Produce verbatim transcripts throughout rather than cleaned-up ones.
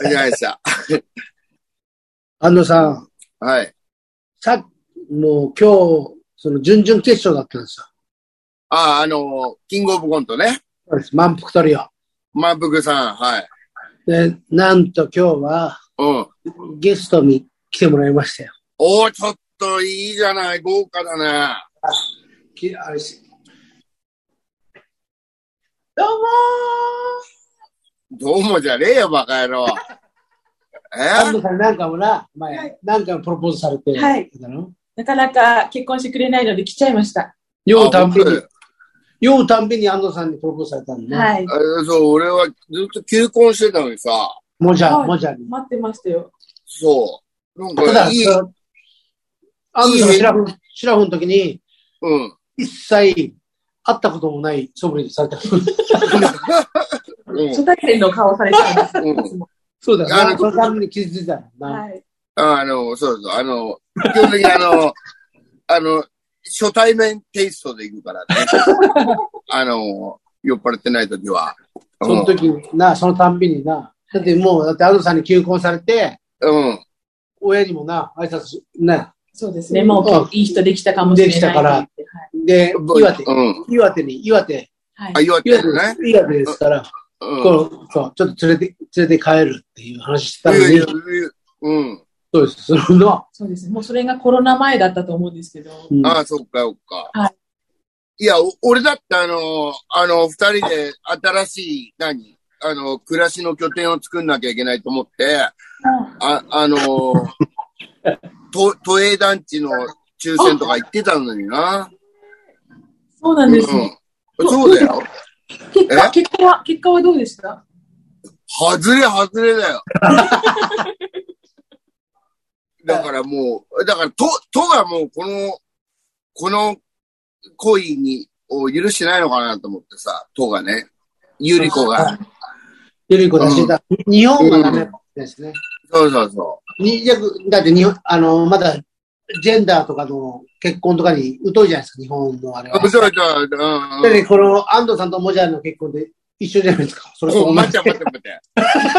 じゃないですか。 安藤さん。 はい。 さ、もう今日、その準々決勝だったんですよ。 ああ、あの、キングオブコントね。 そうです。満腹トリオ。 満腹さん、はい。 で、なんと今日は、 うん。 ゲストに来てもらいましたよ。 おー、ちょっといいじゃない、豪華だね。 きあれしどうもー。どうもじゃねえよ、バカ野郎。え安藤さんなんかもな、前、 はい、 なんかプロポーズされて、 はい。なかなか結婚してくれないので来ちゃいました。 酔うたんびに、酔うたんびに安藤さんにプロポーズされたんで、ね。 はい。 そう、俺はずっと求婚してたのにさ。 もじゃ、もじゃに。 待ってましたよ。 そう。なんかいい。 安藤さんがシラフ、シラフの時に、 うん。 一切会ったこともない素振りでされた。 うん、初対面の顔されたんです。うん、 そうだよね。そのために気づいたもんな。はい。 あの、そうそう、あの、基本的にあの、あの、初対面テイストで行くからね。あの、酔っ払ってない時は。 その時にな、そのたんびにな。だってもう、だって安藤さんに求婚されて、 うん。 親にもな、挨拶ね。 そうですね。もう、いい人できたかもしれない。 できたから。はい、で、岩手、うん、岩手に、岩手。 はい、あ、岩手ね。 岩手ですから、うん、こうそう、ちょっと連れて、連れて帰るっていう話してたのに。 うん。 そうです。そのそうですね。もうそれがコロナ前だったと思うんですけど。 うん、ああ、そっか、そっか。 はい。 いや、俺だってあの、あの、二人で新しい、何あの、暮らしの拠点を作んなきゃいけないと思って、うん、あ、あの、都、都営団地の抽選とか行ってたのにな。 そうなんですね。 うん、そうだよ。 結果、結果は、結果はどうでした？ 外れ外れだよ。だからもう、だから、都、都がもうこの、この恋に、を許してないのかなと思ってさ、都がね。ゆり子が。 ゆり子だし、うん、日本がダメですね。 うん、そうそうそう。 にだって日本、あの、まだ、ジェンダーとかの結婚とかに疎いじゃないですか、日本のあれは。 疎い疎い。うん。 だってこの安藤さんとモジャの結婚で一緒じゃないですか。それと待って待って待って。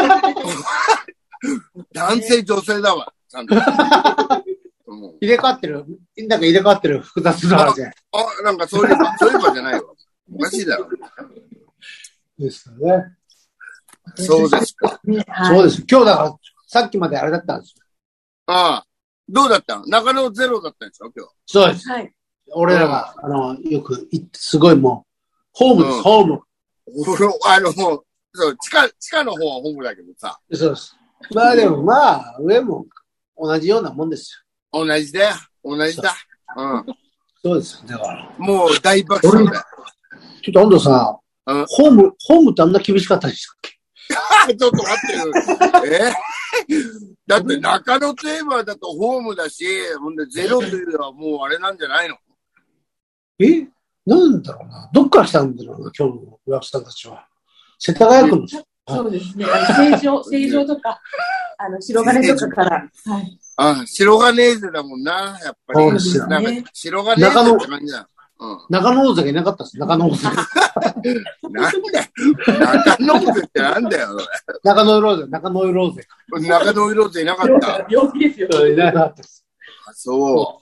男性女性だわ。ちゃんと入れ替わってる、なんか入れ替わってる複雑な話じゃない。 あ、なんかそういう場、そういう場じゃないわ。おかしいだろ。 ですよね。 そうですか。 そうです。今日だから、さっきまであれだったんですよ。 ああ。どうだったの？中野ゼロだったんでしょ今日。 そうです。はい。俺らが、あの、よく、すごいもう、ホームです、うん、ホーム。 あの、もう、そう、地下、地下の方はホームだけどさ。 そうです。まあでも、まあ、上も同じようなもんですよ。同じだよ。同じだ。うん。 そうです。だから。 もう大爆笑だよ。 ちょっと安藤さん、うん、ホーム、ホームってあんな厳しかったでしたっけ？ ちょっと待ってよ。えー、だって中野といえばだとホームだし、ほんでゼロというのはもうあれなんじゃないの？ えなんだろうな。どっから来たんだろうな、今日のお客さんたちは。世田谷区の。 そうですね。あの、成城、成城とか、あの、白金とかから。はい。 あ、白金ーゼだもんな、やっぱり。そうですよね。白金ーゼって感じだ。 うん、中野大関いなかったです。中野大関。 なんだよ。中野大関ってなんだよ、 中野ローゼ、中野ローゼ。 中野ローゼいなかった。 病気ですよ。 いなかったです。 あ、そう。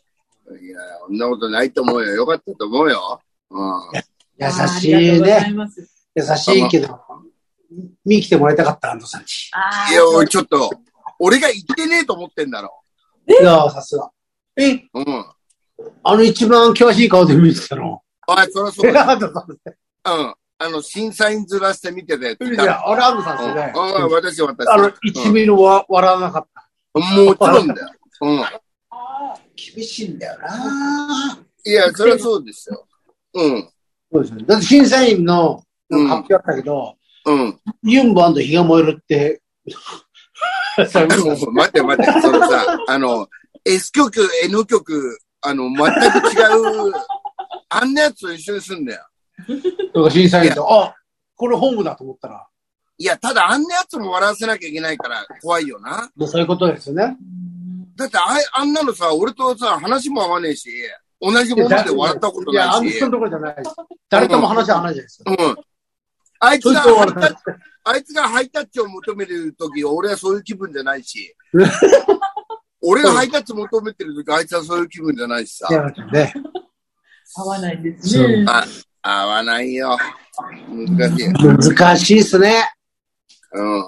いや、そんなことないと思うよ。よかったと思うよ。うん、 優しいね。優しいけど、見来てもらいたかった、安藤さんに。 いや、おい、ちょっと、俺が言ってねえと思ってんだろ。 いや、さすが。えうん。あの一番険しい顔で見てたの。 あ、そりゃそうだ。うん。あの、審査員ずらして見てて。 いや、あれ、安藤さんですね。 ああ、私、私。 あの、一ミリも笑わなかった。 もちろんだよ。うん。 厳しいんだよな。 いや、そりゃそうですよ。うん。 そうですね。だって審査員の発表あったけど、うん。ユンボ&火が燃えるって、 待って待って、そのさ、あの、S 曲、N 曲、あの、全く違う、あんなやつと一緒にすんだよ。 だから審査員と、あ、これホームだと思ったら。 いや、ただあんなやつも笑わせなきゃいけないから怖いよな。 もうそういうことですよね。 だってあ、あんなのさ、俺とさ、話も合わねえし、同じもので笑ったことないし。いや、 あんなところじゃない。誰とも話は話じゃないですか。 うん。あいつが、 あいつがハイタッチを求めるとき、俺はそういう気分じゃないし。俺がハイタッチ求めてるとき、あいつはそういう気分じゃないしさ。 ね、 合わないですね。 あ、合わないよ。難しい。 難しいっすね。 うん。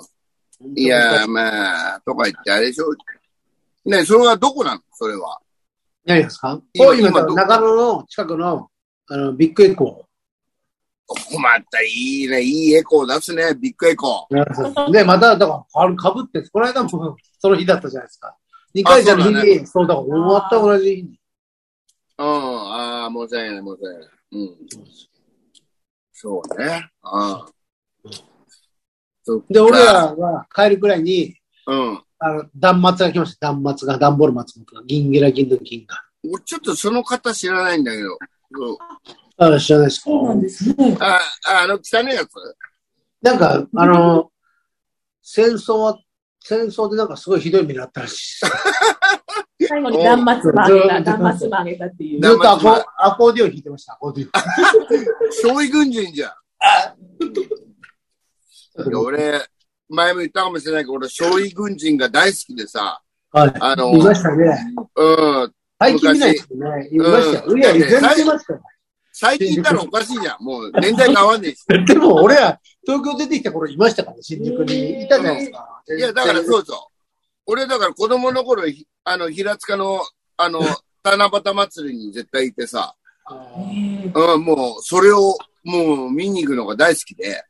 いや、まあ、とか言ってあれでしょ。ね、それはどこなのそれは。 何ですか？ 今今、 今ど中野の近くの、あの、ビッグエコまたいいね、いいエコー出すね、ビッグエコー。で、また、だから、かぶって、この間もその日だったじゃないですか。二回じゃの日に、そうだから、終わった同じ日に。 うん、ああ、申し訳ない、申し訳ない。うん。そうね。ああ。 で、俺らは帰るくらいに、 うん。 あの、断末が来ました。断末が、段ボール松本が、銀ゲラ銀の銀が。 俺ちょっとその方知らないんだけど。そうああ、知らないですか。 そうなんですね。 ああ、あの、汚いやつなんか、あの、戦争は、戦争でなんかすごいひどい目にあったらしいです。 最後に断末魔あげた、断末魔あげたっていう。 ずっとアコアコーディオン弾いてました、アコーディオン。 少尉軍人じゃん。俺、前も言ったかもしれないけど、俺、少尉軍人が大好きでさ。 はい。 あの、 いましたね。 うん。 最近見ないですよね。いましたよ。いや、全然いましたよ。 最近言ったらおかしいじゃん。もう年代変わんねえし。 でも俺は東京出てきた頃いましたからね、新宿にいたじゃないですか。 いや、だからそうそう。俺だから子供の頃、あの、平塚の、あの、七夕祭りに絶対いてさ。うん、もう、それを、もう見に行くのが大好きで。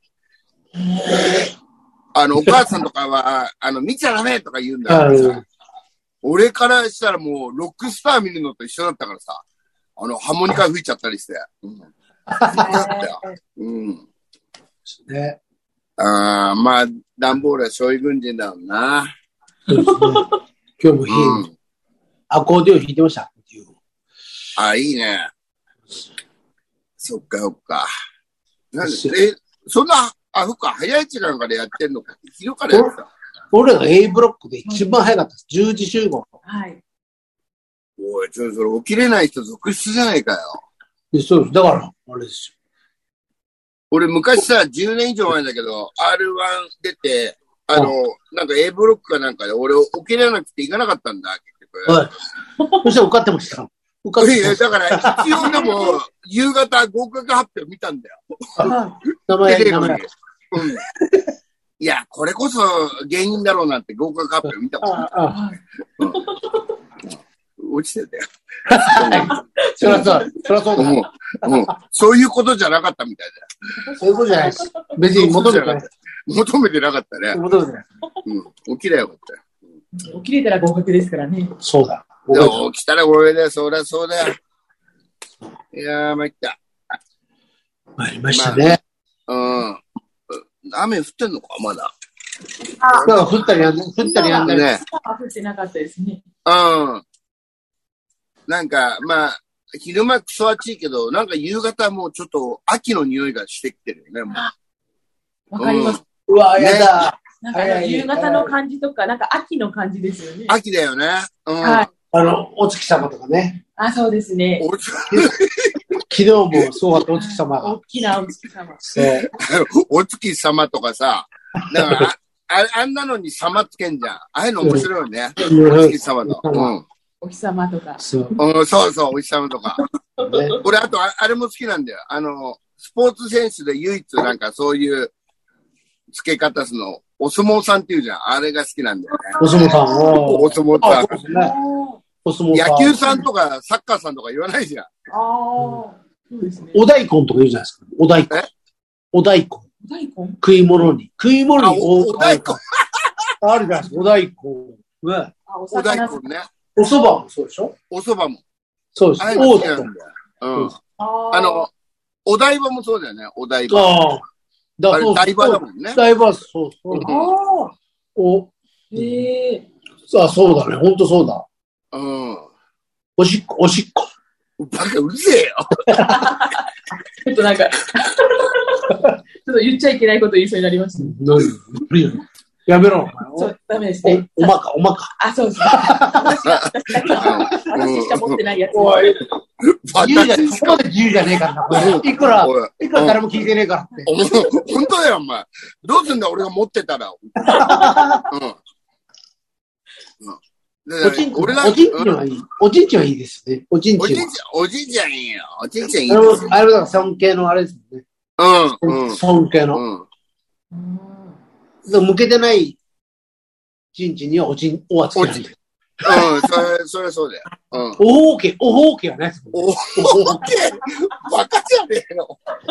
あの、お母さんとかは、あの、見ちゃダメとか言うんだけどさ。俺からしたらもう、ロックスター見るのと一緒だったからさ。あの、ハーモニカ吹いちゃったりして。うん。うん。 ね。 ああ、まあ、ダンボールは少尉軍人だもんな。 今日も弾いて、アコーディオン弾いてました。 ああ、いいね。そっかそっか。なんで、え、そんな、あ、そっか、早い時間からやってんのか。昼からやってた。 俺が A ブロックで一番早かったです。じゅうじ集合。 はい。 おい、ちょっとそれ起きれない人続出じゃないかよ。 そうです。だから、あれですよ。 俺昔さ、じゅうねん以上前だけど、アールワン 出て、あの、なんか A ブロックかなんかで俺起きれなくて行かなかったんだ、結局。 はい。そしたら受かってました。受かってました。 いや、だから一応でも、夕方合格発表見たんだよ。 名前、名前。うん。 いや、これこそ芸人だろうなんて合格発表見たもん。ああ、うん。落ちてたよ。 そりゃそう、そりゃそうだ。 もう、もう、そういうことじゃなかったみたいだよ。そういうことじゃないです。別に求めてない。 求めてなかったね。 求めてない。 うん。起きればよかったよ。起きれたら合格ですからね。 そうだ。 起きたら俺だよ、そりゃそうだよ。いやー、参った。 参りましたね。 まあ、うん。雨降ってんのかまだ。 ああ、降ったりやんだり、降ったりやんだり。 ね。降ってなかったですね。 うん。なんか、まあ、昼間クソ暑いけど、なんか夕方もうちょっと秋の匂いがしてきてるよね、もう。わかります。 うわ、やだ。 なんか夕方の感じとか、なんか秋の感じですよね。 秋だよね。うん。 はい。 あの、お月様とかね。 あ、そうですね。 昨日もそうだった、お月様が。 大きなお月様。 そう。 お月様とかさ、なんかあ、あんなのに様つけんじゃん。ああいうの面白いよね。お月様の。うん。 お日様とか。 そう。 うん、そうそう、お日様とか。ね、俺、あとあ、あれも好きなんだよ。あの、スポーツ選手で唯一なんかそういう付け方すの、お相撲さんっていうじゃん。あれが好きなんだよね。 お相撲さん。 お相撲さん。 そうですね。お相撲さん。 野球さんとかサッカーさんとか言わないじゃん。ああ、そうですね。 お大根とか言うじゃないですか。お大根。お大根。 お大根食い物に。食い物にお大根。 あるじゃないですか。お大根。 ね。お大根ね。 お蕎麦もそうでしょ？ お蕎麦も。 そうです。 あれ好きなんだよ。うん。あの、お台場もそうだよね。お台場。ああ。だから台場だもんね。 台場、そうそう。 ああ。 お。 へえ。 あ、そうだね。ほんとそうだ。 うん。 おしっこ、おしっこ。 バカうるせえよ。 ちょっとなんか、ちょっと言っちゃいけないこと言いそうになりました。 何やめろ。 そう、ダメですね。 おまか、おまか。 あ、そうです。話しか持ってないやつ。おい。 自由じゃ、そこまで自由じゃねえからな、これ。いくら、いくら誰も聞いてねえからって。 本当だよ、お前。どうすんだ、俺が持ってたら。うん。 おちんちん、おちんちんはいい。おちんちんはいいですね。おちんちん。 おちんちんいいよ。おちんちんいいよ。あれ、あれだから尊敬のあれですもんね。 うん。 尊敬の。うん。向けてないちんちんにはおちん、おはつけない。 うん、それ、それそうだよ。うん。 おほうけ、おほうけはないですもんね。 おほうけバカじゃねえの。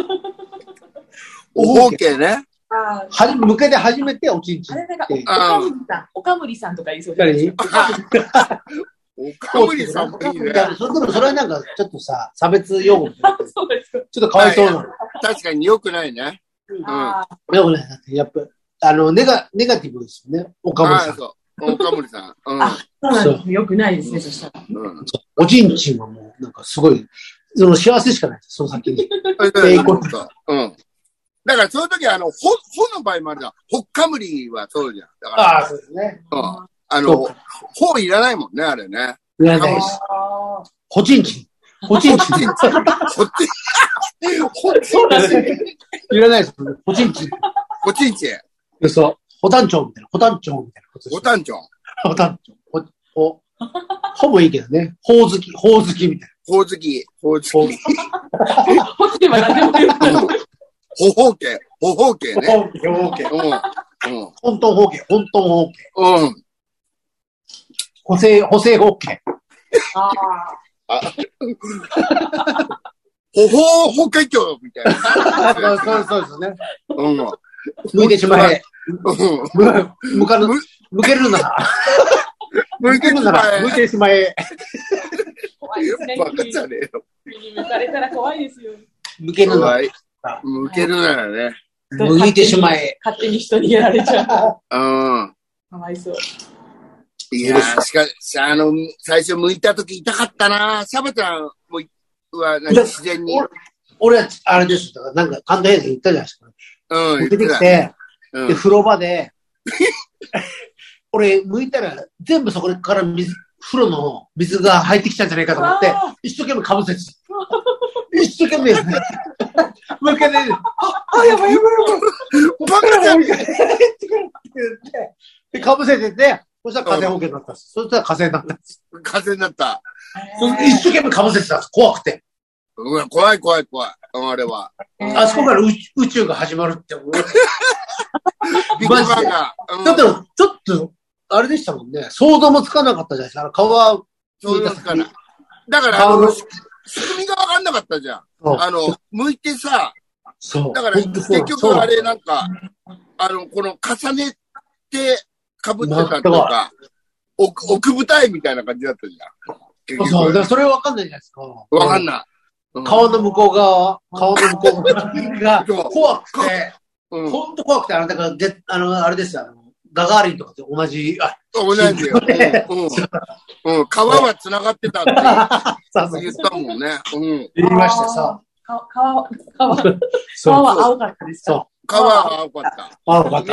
おほうけね。 はじ、向けて初めておちんちん。 あれなんか、おかむりさん、おかむりさんとか言いそうじゃないですか。 おかむりさんもいいね。 それそれはなんか、ちょっとさ、差別用語。 そうです。 ちょっとかわいそうなの。 確かに良くないね。 うん。良くない。だってやっぱ、あの、ネガ、ネガティブですよね。おかむりさん。 そう。おかむりさん。うん。 あ、そうなんです。良くないですね、そしたら。 うん。 おちんちんはもう、なんかすごい、その幸せしかないです、その先に。 うん。だから、そういう時は、あの、ほ、ほの場合もあるじゃん。ほっかむりはそうじゃん。だから。 ああ、そうですね。 うん。あの、ほいらないもんね、あれね。 いらないです。ほちんちん。ほちんちん。ほちんちん。ほちんちん。いらないです。ほちんちん。 ほちんちん。そう。ほたんちょうみたいな。ほたんちょうみたいなことです。 ほたんちょう。 ほたんちょう。ほ、ほ、ほもいいけどね。ほうずき、ほうずきみたいな。 ほうずき、ほうずき。 ほつけは何でもいい。 ほほうけ、ほほうけね。 ほほうけ、ほほうけ。うん。うん。ほんとんほうけ、ほんとんほうけ。 うん。 補正、補正ほうけ。 ああ。 ほほう、ほかいきょうみたいな。 そうそうですね。 うん。 向いてしまえ。うん。向かぬ、向けるなら。向けるなら、向いてしまえ。 怖いですね。 バカじゃねえよ。 に向かれたら怖いですよ。 向けるなら。 向けるならね。 向いてしまえ。 勝手に人にやられちゃう。うん。 かわいそう。 いやー、しかし、あの、最初向いたとき痛かったな。サバちゃんも、は、なんか自然に。 俺は、あれです。だからなんか、神田平で言ったじゃないですか。 うん。 出てきて、うん、で、風呂場で、俺、向いたら、全部そこから水、風呂の水が入ってきちゃうんじゃないかと思って、一生懸命かぶせて。一生懸命ですね。向けて、あ、やばいやばいやばい。バカじゃん。で、かぶせてて、そしたら風保険になったんです。そしたら風になったんです。 風になった。 一生懸命かぶせてたんです。怖くて。 うわ、怖い怖い怖い。あれは。 あそこから宇宙が始まるって思う。 ビッグバンが。 だって、ちょっと、あれでしたもんね。想像もつかなかったじゃないですか。川、 想像つかない。だから、あの、仕組みがわかんなかったじゃん。あの、向いてさ、 そう。 だから、結局あれなんか、あの、この重ねて被ってたっていうか、奥、奥舞台みたいな感じだったじゃん。そう、だからそれわかんないじゃないですか。 わかんない。 川の向こう側、川の向こう側が怖くて、ほんと怖くて、あの、だから、で、あの、あれですよ、あの、ガガーリンとかと同じ、あ、 同じよ。うん。うん。川は繋がってたって言ったもんね。うん。 言いましたさ。 川、川、川は青かったですか？ そう。川は青かった。 青かった。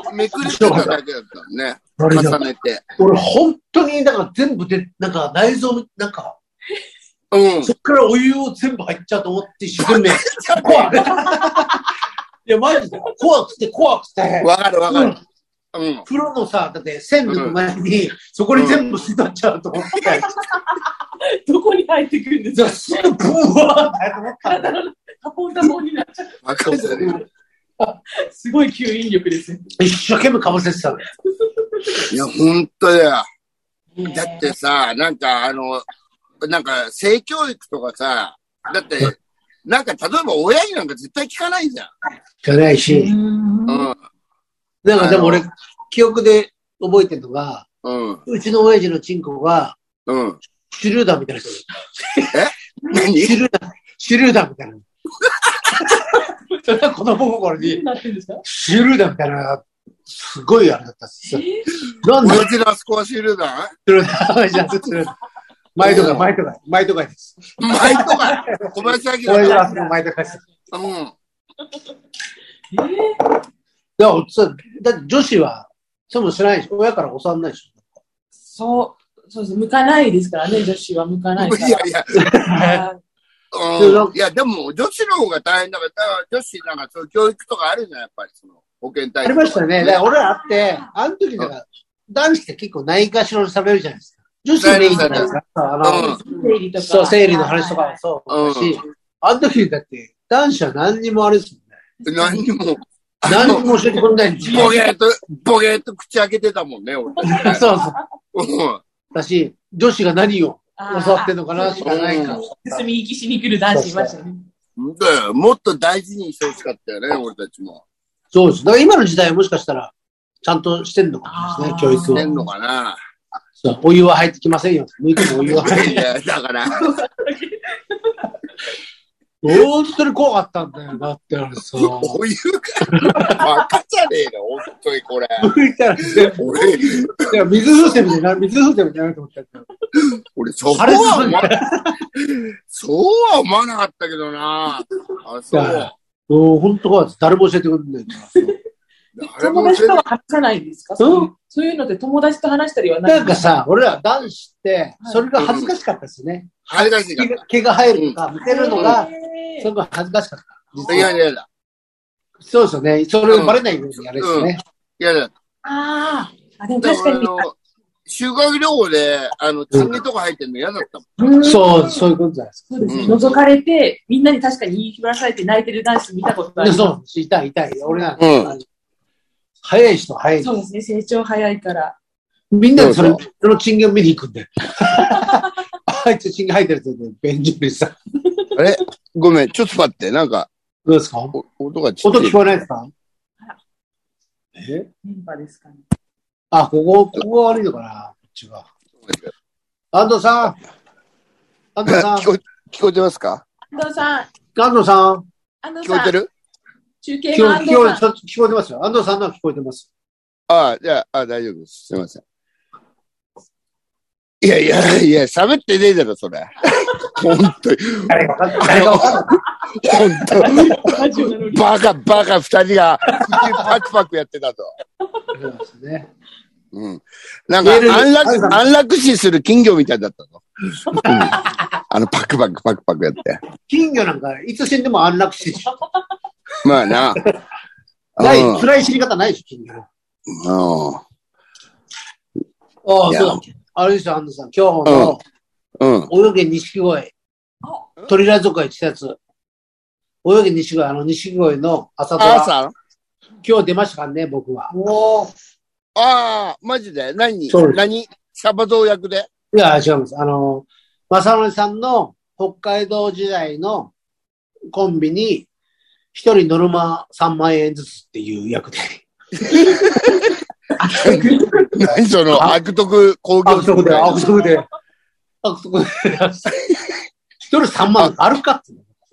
めくれてただけだったね。重ねて。 俺、本当に、だから全部で、なんか内臓、なんか、 うん。 そっからお湯を全部入っちゃうと思って一生懸命。怖い。いや、マジで。怖くて、怖くて。 わかるわかる。うん。 風呂のさ、だって線の前に、そこに全部吸っちゃうと思って。 どこに入ってくるんですか？ すぐブワーって思った。 タポンタポンになっちゃう。 わかるよね。 すごい吸引力ですね。 一生懸命かぶせてたの。 いや、ほんとだよ。だってさ、なんかあの、なんか性教育とかさ、だって、なんか例えば親になんか絶対聞かないじゃん。 聞かないし。 うん。 なんかでも俺、記憶で覚えてるのが、 うん。 うちの親父のチンコが、 うん。 手榴弾みたいな人。 え何手榴弾、手榴弾みたいな。それは子供心に、手榴弾みたいな、すごいあれだったっす。 なんで親父のあそこは手榴弾手榴弾、じゃあ、手榴弾。前とか、前とか、前とかです。 前とか小林明だ。親父の前とかです。 うん。 えーだから、だって女子は、そも知らないし、親から教わんないでしょ。 そう、 そうです。向かないですからね、女子は向かないから。 いやいや。うん、いや、でも、女子の方が大変だから、女子なんかそういう教育とかあるじゃん、やっぱり、その、保健体育。 ありましたね。だから俺らあって、あの時だから、男子って結構ないがしろにされるじゃないですか。女子はメインじゃないですか。あの、生理とか。そう、生理の話とかもそうだし、あの時だって、男子は何にもあれですもんね。 何にも。 何にも教えてくれないんですよ。 ボケーっと、ボケーっと口開けてたもんね、俺。 そうそう。だし、女子が何を教わってんのかなしかないから。 盗み行きしに来る男子いましたね。 もっと大事にしてほしかったよね、俺たちも。 そうです。だから今の時代はもしかしたら、ちゃんとしてんのかもしれないですね、教育を。 してんのかな。 そう、お湯は入ってきませんよ。向いてもお湯は入ってきません。 いや、だから。 本当に怖かったんだよ。だってあれさ。 お湯が、バカじゃねえの、本当にこれ。 向いたら全部。俺、いや、水風船みたいな、水風船みたいなと思った。 俺、そこは思わ、そうは思わなかったけどな。あ、そう。 もう本当は誰も教えてくれないから。 友達とは話さないんですか？そういう、そういうのって友達と話したりはない？ なんかさ、俺ら男子って、それが恥ずかしかったですね。 恥ずかしいかった。 毛が生えるとか、向けるのが、それが恥ずかしかった。 いやいやいや。 そうですよね。それをバレないようにやるですね。 いやいや。 ああ、でも確かに。 修学旅行で、あの、チンゲとか入ってるの嫌だったもん。そう、そういうことじゃないですか。 そうですね。覗かれて、みんなに確かに言いふらされて泣いてる男子見たことある。 そう、痛い痛い。俺なんか、早い人早い。 そうですね。成長早いから。 みんなでそれ、そのチンゲを見に行くんで。あいつチンゲ入ってるって言って、便所にさ。 あれごめん、ちょっと待って、なんか。 どうですか？ 音がちっちゃい。 音聞こえないですか？ え？電波ですかね。 あ、ここ、ここが悪いのかな？こっちが。安藤さん。安藤さん。 聞こえ、聞こえてますか？ 安藤さん。 安藤さん。 安藤さん。聞こえてる？ 中継の安藤さん。 聞こえ、聞こえてますよ。安藤さんのは聞こえてます。 ああ、じゃあ、あ大丈夫です。すいません。いやいやいや、喋ってねえだろ、それ。ほんとに。 誰がわかんない。誰がわかんない。 ほんと。バカ、バカ二人が、パクパクやってたと。 そうですね。 うん。なんか、安楽、安楽死する金魚みたいだったの。うん、あの、パクパク、パクパクやって。 金魚なんか、いつ死んでも安楽死でしょ。 まあな。 ない、辛い死に方ないでしょ、金魚。 ああ。ああ、そうだっけ。あれですよ、安藤さん。今日の、うん。泳げ錦鯉。鳥ラ族が言ってたやつ。泳げ錦鯉、あの錦鯉の朝ドラ。朝今日出ましたからね、僕は。 おー。ああ、マジで何何サバゾウ役でいや、違います。あの、正則さんの北海道時代のコンビに、一人ノルマさんまんえんずつっていう役で。 何その悪徳工業悪徳で、悪徳で。悪徳で。一人さんまんあるかって。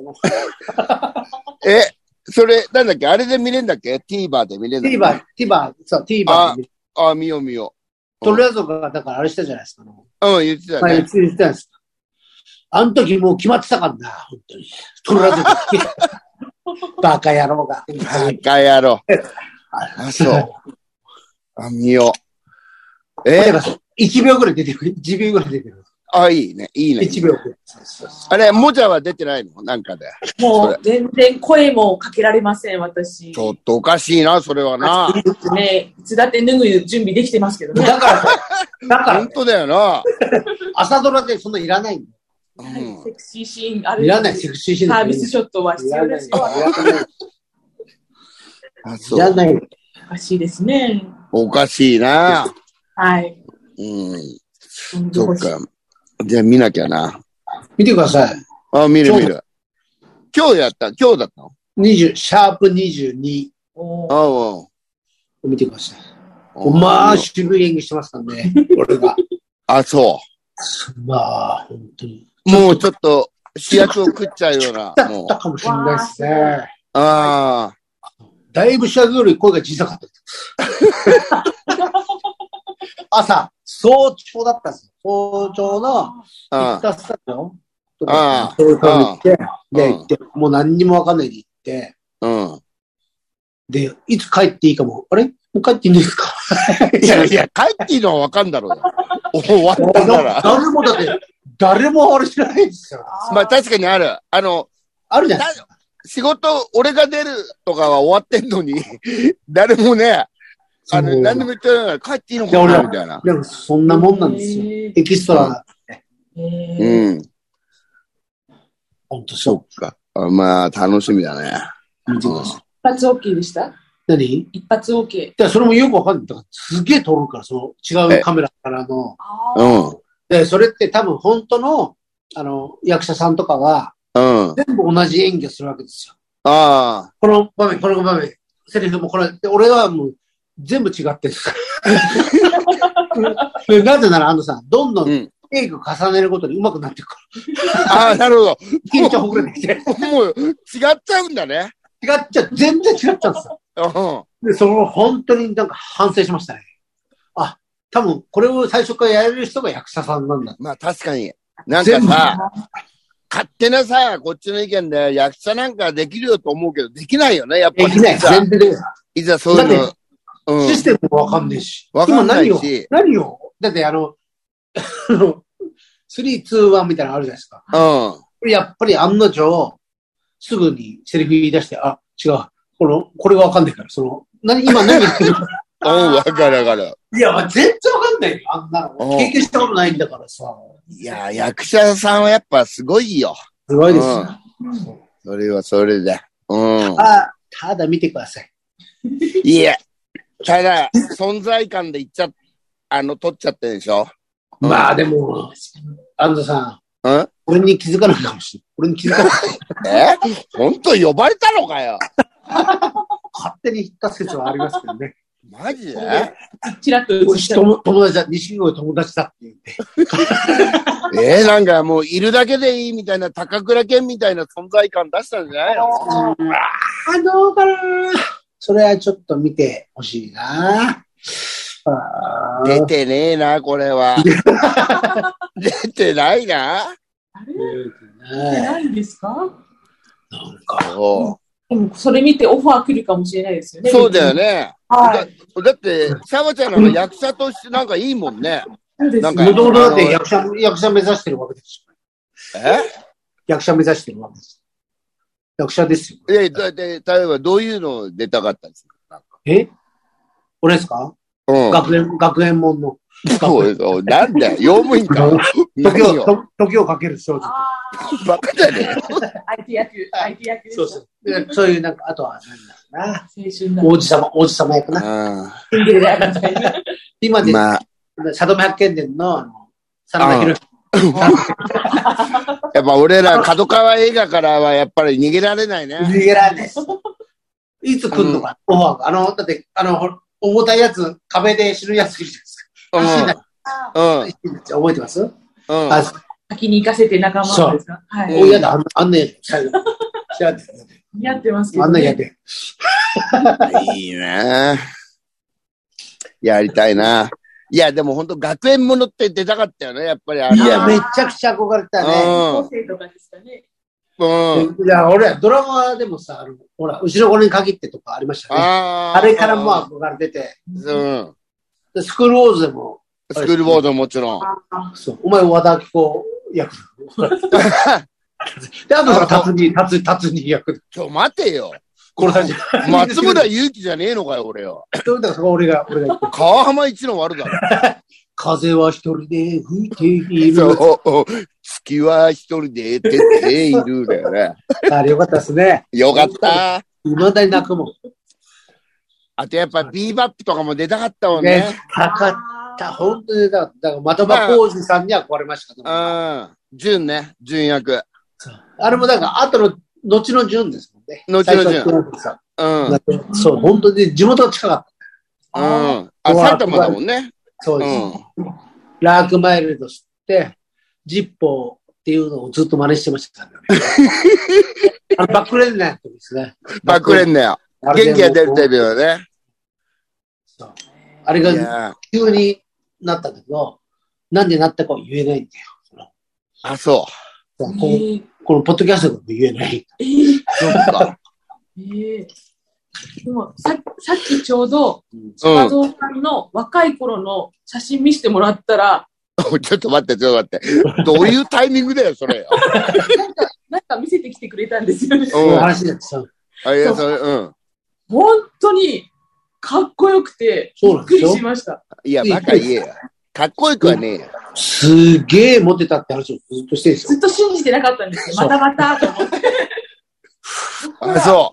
え、それ、なんだっけあれで見れんだっけ ?TVer で見れんだっけ ?TVer、TVer、そう、TVer で見れああ、見よう見よう。トレーゾが、だからあれしたじゃないですか。 うん、言ってたね。 言ってたんです。あの時もう決まってたからな、本当に。トレーゾバカ野郎が。 バカ野郎。あ、そう。あ、見よう。えいちびょうぐらい出てる。いちびょうぐらい出てる。 あ、いいね。いいね。 いちびょうぐらい。 あれ、もじゃは出てないのなんかで。 もう、全然声もかけられません、私。 ちょっとおかしいな、それはな。 ね、いつだって脱ぐ準備できてますけどね。 だから、だから。 本当だよな。 朝ドラでそんないらないんだよ。 うん、セクシーシーンある。 いらない、セクシーシーン。 サービスショットは必要ですよ。 あ、そう。 いらない。 おかしいですね。 おかしいな。 はい。 うん。そっか。じゃあ見なきゃな。 見てください。 あ、見る見る。今日やった、今日だったの ? にじゅう、シャープにじゅうに。 おああ。見てください。まあ、渋い演技してますからね。俺が。 あ、そう。 まあ、本当に。 もうちょっと、主役を食っちゃうような。 だったかもしれないですね。 ああ。 だいぶ主役より声が小さかった。朝、早朝だったんですよ。早朝の、行ったスタジオとか、そういう感じで、で、行って、もう何にもわかんないで行って、 うん。 で、いつ帰っていいかも、あれもう帰っていいんですかいやいや、帰っていいのはわかんだろうよ。終わったなら。 誰もだって、誰もあれしないですよ。 まあ確かにある。あの、 あるじゃないですか。 仕事、俺が出るとかは終わってんのに、誰もね、あの、何でも言ってないから帰っていいのかなみたいな。 でも、そんなもんなんですよ。エキストラ。 うん。 本当そっか。まあ、楽しみだね。 見てください。 一発 OK でした何一発 OK。 だそれもよくわかんない。だからすげえ撮るから、その違うカメラからの。 うん。 で、それって多分本当の、あの、役者さんとかは、うん。全部同じ演技をするわけですよ。ああ。この場面、この場面、セリフもこれ、で俺はもう全部違ってる。なぜなら、安藤さん、どんどんテイク重ねることに上手くなっていくから。ああ、なるほど。緊張ほぐれてきて。 もう、違っちゃうんだね。 違っちゃう、全然違っちゃうんですよ。うん。で、その、本当になんか反省しましたね。あ、多分、これを最初からやれる人が役者さんなんだ。 まあ、確かに。なんかさ、勝手なさ、こっちの意見で役者なんかできるよと思うけど、できないよね、やっぱり。 できない。全然できない。 いざそういうの。 うん、システムもわかんないし。 わかんないし。 何を、何を、だってあの、スリー、ツー、ワンみたいなのあるじゃないですか。うん。やっぱり案の定、すぐにセリフ言い出して、あ、違う。この、これがわかんないから、その、何、今何言ってるか。 うん、わかるわかる。 いや、まあ、全然わかんないよ、あんなの。経験したことないんだからさ。 いや、役者さんはやっぱすごいよ。 すごいですよ。 うん、それはそれで。うん。 あ、ただ見てください。 いや、ただ、存在感で言っちゃ、あの、取っちゃってるでしょ。 うん、まあでも、安藤さん。うん俺に気づかないかもしれない。俺に気づかない。 え本当呼ばれたのかよ。 勝手に言った説はありますけどね。 マジでチラッと映した友達だ、錦鯉友達だって言って。 えー、なんかもういるだけでいいみたいな高倉健みたいな存在感出したんじゃないの？ ああ、どうかな。それはちょっと見てほしいな。 出てねえな、これは。出てないな。 あれ出てないんですか？ なんか。 でも、それ見てオファー来るかもしれないですよね。 そうだよね。 はい。 だ, だって、シャバちゃんなんか役者としてなんかいいもんね。 そうですね。 なんか、もともとだって役者、役者目指してるわけですよ。え役者目指してるわけです。役者ですよ。 え、だって、例えばどういうの出たかったんですか？ え俺ですか？うん。学園、学園門の。 そうそう。なんだよ。用務員か。 時を、時をかける少女。 バカだね。 アイティー 役、アイティー 役です。 そうそう。そういうなんか、あとは何だろうな。 青春だ。 王子様、王子様役な。今で、まあ、佐渡百軒伝の、あの、真田広やっぱ俺ら角川映画からはやっぱり逃げられないね。 逃げられないです。いつ来るのか、オファーが。あの、だって、あの、重たいやつ、壁で死ぬやついるじゃないですか。うん。覚えてます？うん。 先に行かせて仲間ですか？ はい。お、嫌だ、あんね、最後。 似合ってますけど。 あんなやで。 いいなやりたいな。いや、でも本当学園ものって出たかったよね、やっぱり。 いや、めちゃくちゃ憧れたね。 高校生とかですかね。 うん。いや、俺、ドラマでもさ、あのほら、後ろこれに限ってとかありましたね。あれからも憧れてて。うん。スクールウォーズでも。 スクールウォーズももちろん。 そう。お前、和田アキ子役。で、あとは、達人、達人、達人役。 ちょ、待てよ。これ、松村祐樹じゃねえのかよ、俺よ。 そうだから、俺が、俺が言って。 川浜一の悪だろ。 風は一人で吹いている。 そう。月は一人で照っているだよね。 あれよかったですね。 よかった。 未だに泣くもん。 あとやっぱビーバップとかも出たかったもんね。 ね高かった。本当に出たかった。だから、的場浩二さんに憧れました、ね。 うん。純ね。純役。 あれもだから、後の、後の純ですもんね。 後の純。 うん。そう、本当に地元は近かった。 うん。あ、埼玉だもんね。 そうです。うん、ラークマイルドして、ジッポーっていうのをずっと真似してましたからね。あのバックレンナーやってですね。 バックレンナー。元気が出るテレビだね。 そう。あれが急になったけど、なんでなったかは言えないんだよ。 あ、そう。 この、このポッドキャストでも言えない。 えー、そうか。えー、 でもさ、さっきちょうど、 うん。 画像さんの若い頃の写真見せてもらったら、 ちょっと待って、ちょっと待って。どういうタイミングだよ、それ。 なんか、なんか見せてきてくれたんですよね。 そういう話だってさ。 あ、いや、それ、うん。 本当に、かっこよくて、びっくりしました。 いや、バカ言えや。かっこよくはねえや。 すげえモテたって話をずっとしてるんですよ。 ずっと信じてなかったんですよ。またまたと思って。 あ、そう。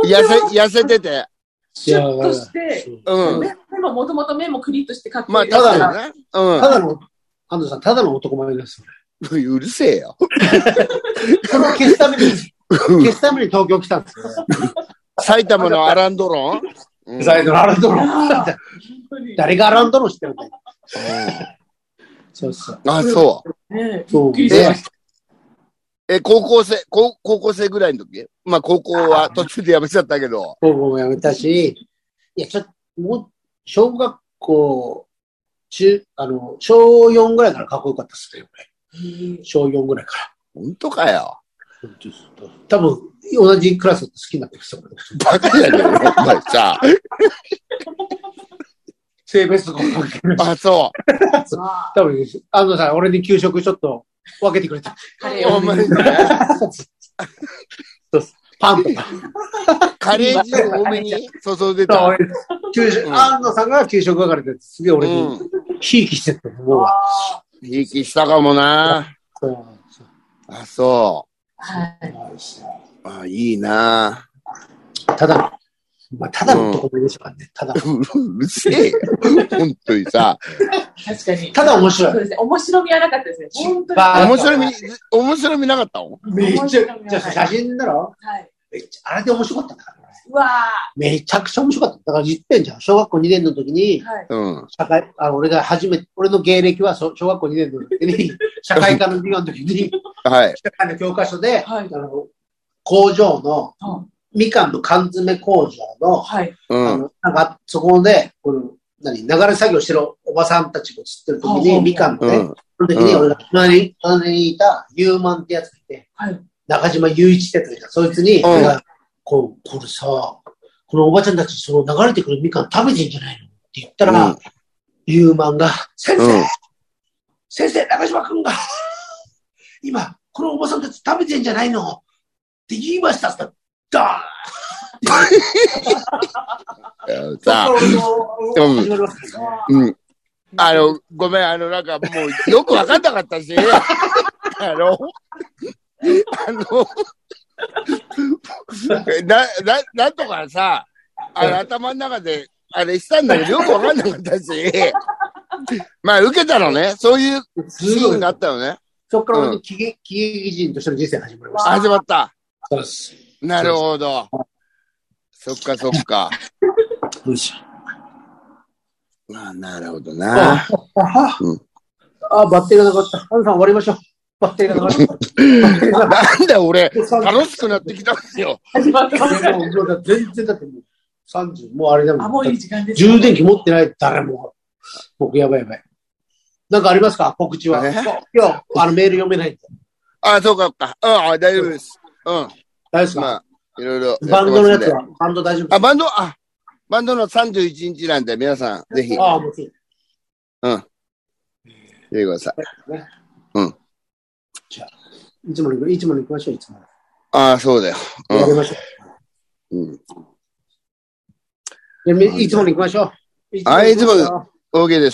痩せ、痩せてて。 シュッとして、 うん。 目ももともと目もクリッとしてかっこいい。 まあ、ただのね。うん。 ただの、安藤さん、ただの男前ですよ。うるせえよ。 それを消すために、消すために東京来たんですよ。 埼玉のアランドロン埼玉のアランドロン。誰がアランドロン知ってるんだよ。そうそう。 あ、そう。 ね、そう。びっくりしました。 え、高校生、高高校生ぐらいの時まあ高校は途中で辞めちゃったけど。 高校も辞めたし、いや、ちょっと、もう、小学校、中、あの、小よんぐらいからかっこよかったっすね、俺。小よんぐらいから。 本当かよ。 多分、同じクラスだと好きになってる人。 バカやねん、お前さ。 性別とか関係ない。 あ、そう。 多分、安藤さん、俺に給食ちょっと分けてくれた。 カレーを。 お前ね。 パンとか。 カレー汁多めに注いでた。 給食、安藤さんが給食係で、すげえ俺に、ひいきしてた。もう。 ひいきしたかもな。あ、そう。 はい。 あ、いいな。 ただの、まあ、ただの男前でしたからね。ただの。 うるせえよ。本当にさ。 確かに。 ただ面白い。 そうですね。面白みはなかったですね。本当に。 面白み、面白みなかったの？ めっちゃ、じゃあ写真だろ？はい。めっちゃ、あれで面白かったんだから。 うわー。めちゃくちゃ面白かった。だから言ってんじゃん。小学校にねんの時に、はい。うん。社会、あの、俺が初めて、俺の芸歴は小学校にねんの時に、社会科の授業の時に、はい。社会の教科書で、はい。あの、工場の、うんみかんの缶詰工場の、はい。あの、なんか、そこで、この、何、流れ作業してるおばさんたちが釣ってる時に、みかんのね、うん、その時に俺が隣に、隣にいた、ユーマンってやつがいて、はい。中島雄一ってやつがいた。そいつに、俺が、こう、これさ、このおばちゃんたち、その流れてくるみかん食べてんじゃないのって言ったら、うん、ユーマンが、先生、うん、先生、中島くんが、今、このおばさんたち食べてんじゃないのって言いましたって。ダーンさあ、うん。あの、ごめん、あの、なんかもう、よくわかんなかったし、あの、あの、な、な、なんとかさ、あの、頭の中で、あれしたんだけど、よくわかんなかったし、まあ、受けたのね、そういうシーンがあったよね。 そっから俺の喜劇人としての人生始まりました。 始まった。 そうです。 なるほど。そっかそっか。 よし。 まあ、なるほどな。 あ、うん、あ、バッテリーがなかった。アンさん終わりましょう。バッテリーがなかった。 なんだ俺、楽しくなってきたんですよ。 始まってますよ。全然だってもうさんじゅう、もうあれだもん。 あ、もういい時間です。 充電器持ってない誰も。僕やばいやばい。なんかありますか告知は。今日、あのメール読めないんで。 あ、そうか、か。うん、大丈夫です。うん。 大丈夫ですか、 まあ、いろいろ。 バンドのやつは、バンド大丈夫ですか？ あ、バンド、あ、バンドのさんじゅういちにちなんで、皆さん、ぜひ。 ああ、もちろん。 うん。見てください。ね、うん。 じゃあ、いつもの、いつもの行きましょう、いつもの。 ああ、そうだよ。 うん。やりましょう。うん。いつもの行きましょう。 あ、いつもの、OK です。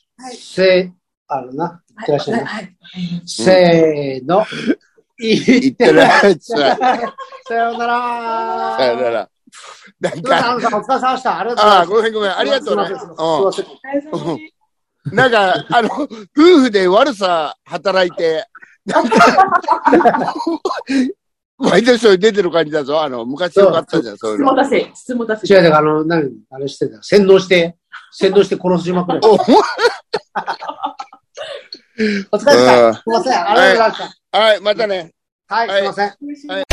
はい。せー、あるな。いってらっしゃい。はい。せーの。いってらっしゃい。さようなら。 さようなら。なんか、 お疲れ様でした。ありがとうございます。 ああ、ごめんごめん。ありがとうね。うん。なんか、あの、夫婦で悪さ働いて、なんか、ワイドショーに出てる感じだぞ。あの、昔よかったじゃん、そういうの。 つもたせ、つもたせ。 違う、だから、あの、何、あれしてた。洗脳して、洗脳して殺しまくる。お疲れ様でした。すいません。ありがとうございました。 はい、またね。 はい、すいません。はい。